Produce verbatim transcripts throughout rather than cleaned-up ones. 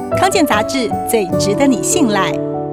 康健杂志最值得你信赖。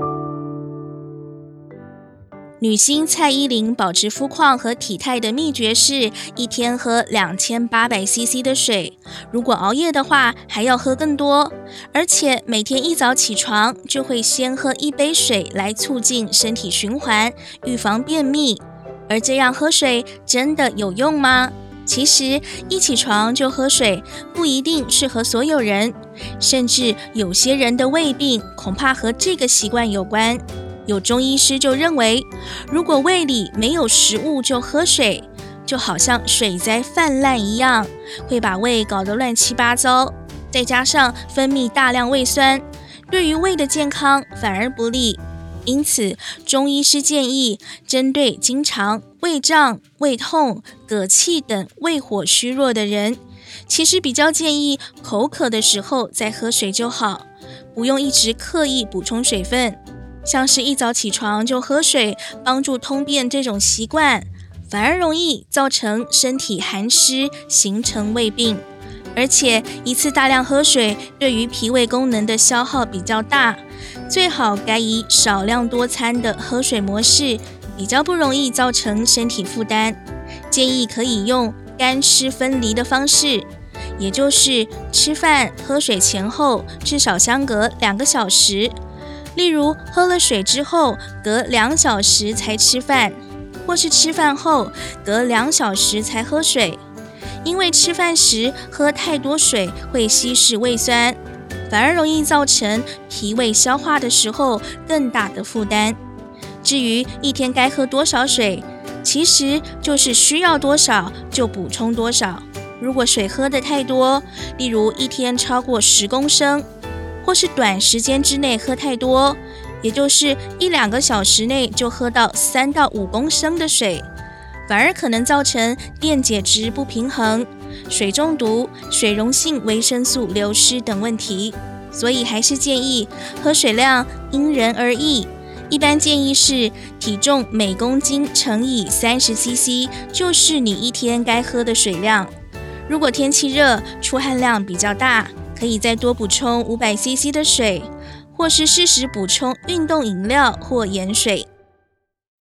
女星蔡依林保持肤况和体态的秘诀是一天喝两千八百 C C 的水，如果熬夜的话还要喝更多，而且每天一早起床就会先喝一杯水来促进身体循环，预防便秘。而这样喝水真的有用吗？其实一起床就喝水不一定适合所有人，甚至有些人的胃病恐怕和这个习惯有关。有中医师就认为，如果胃里没有食物就喝水，就好像水灾泛滥一样，会把胃搞得乱七八糟，再加上分泌大量胃酸，对于胃的健康反而不利。因此中医师建议针对经常胃胀、胃痛、嗝气等胃火虚弱的人，其实比较建议口渴的时候再喝水就好，不用一直刻意补充水分。像是一早起床就喝水帮助通便这种习惯，反而容易造成身体寒湿，形成胃病。而且一次大量喝水对于脾胃功能的消耗比较大，最好改以少量多餐的喝水模式，比较不容易造成身体负担。建议可以用干湿分离的方式，也就是吃饭喝水前后至少相隔两个小时，例如喝了水之后隔两小时才吃饭，或是吃饭后隔两小时才喝水。因为吃饭时喝太多水会稀释胃酸，反而容易造成脾胃消化的时候更大的负担。至于一天该喝多少水，其实就是需要多少就补充多少。如果水喝得太多，例如一天超过十公升，或是短时间之内喝太多，也就是一两个小时内就喝到三到五公升的水，反而可能造成电解质不平衡、水中毒、水溶性维生素流失等问题。所以还是建议喝水量因人而异，一般建议是体重每公斤乘以 三十 C C 就是你一天该喝的水量。如果天气热，出汗量比较大，可以再多补充 五百 C C 的水，或是适时补充运动饮料或盐水。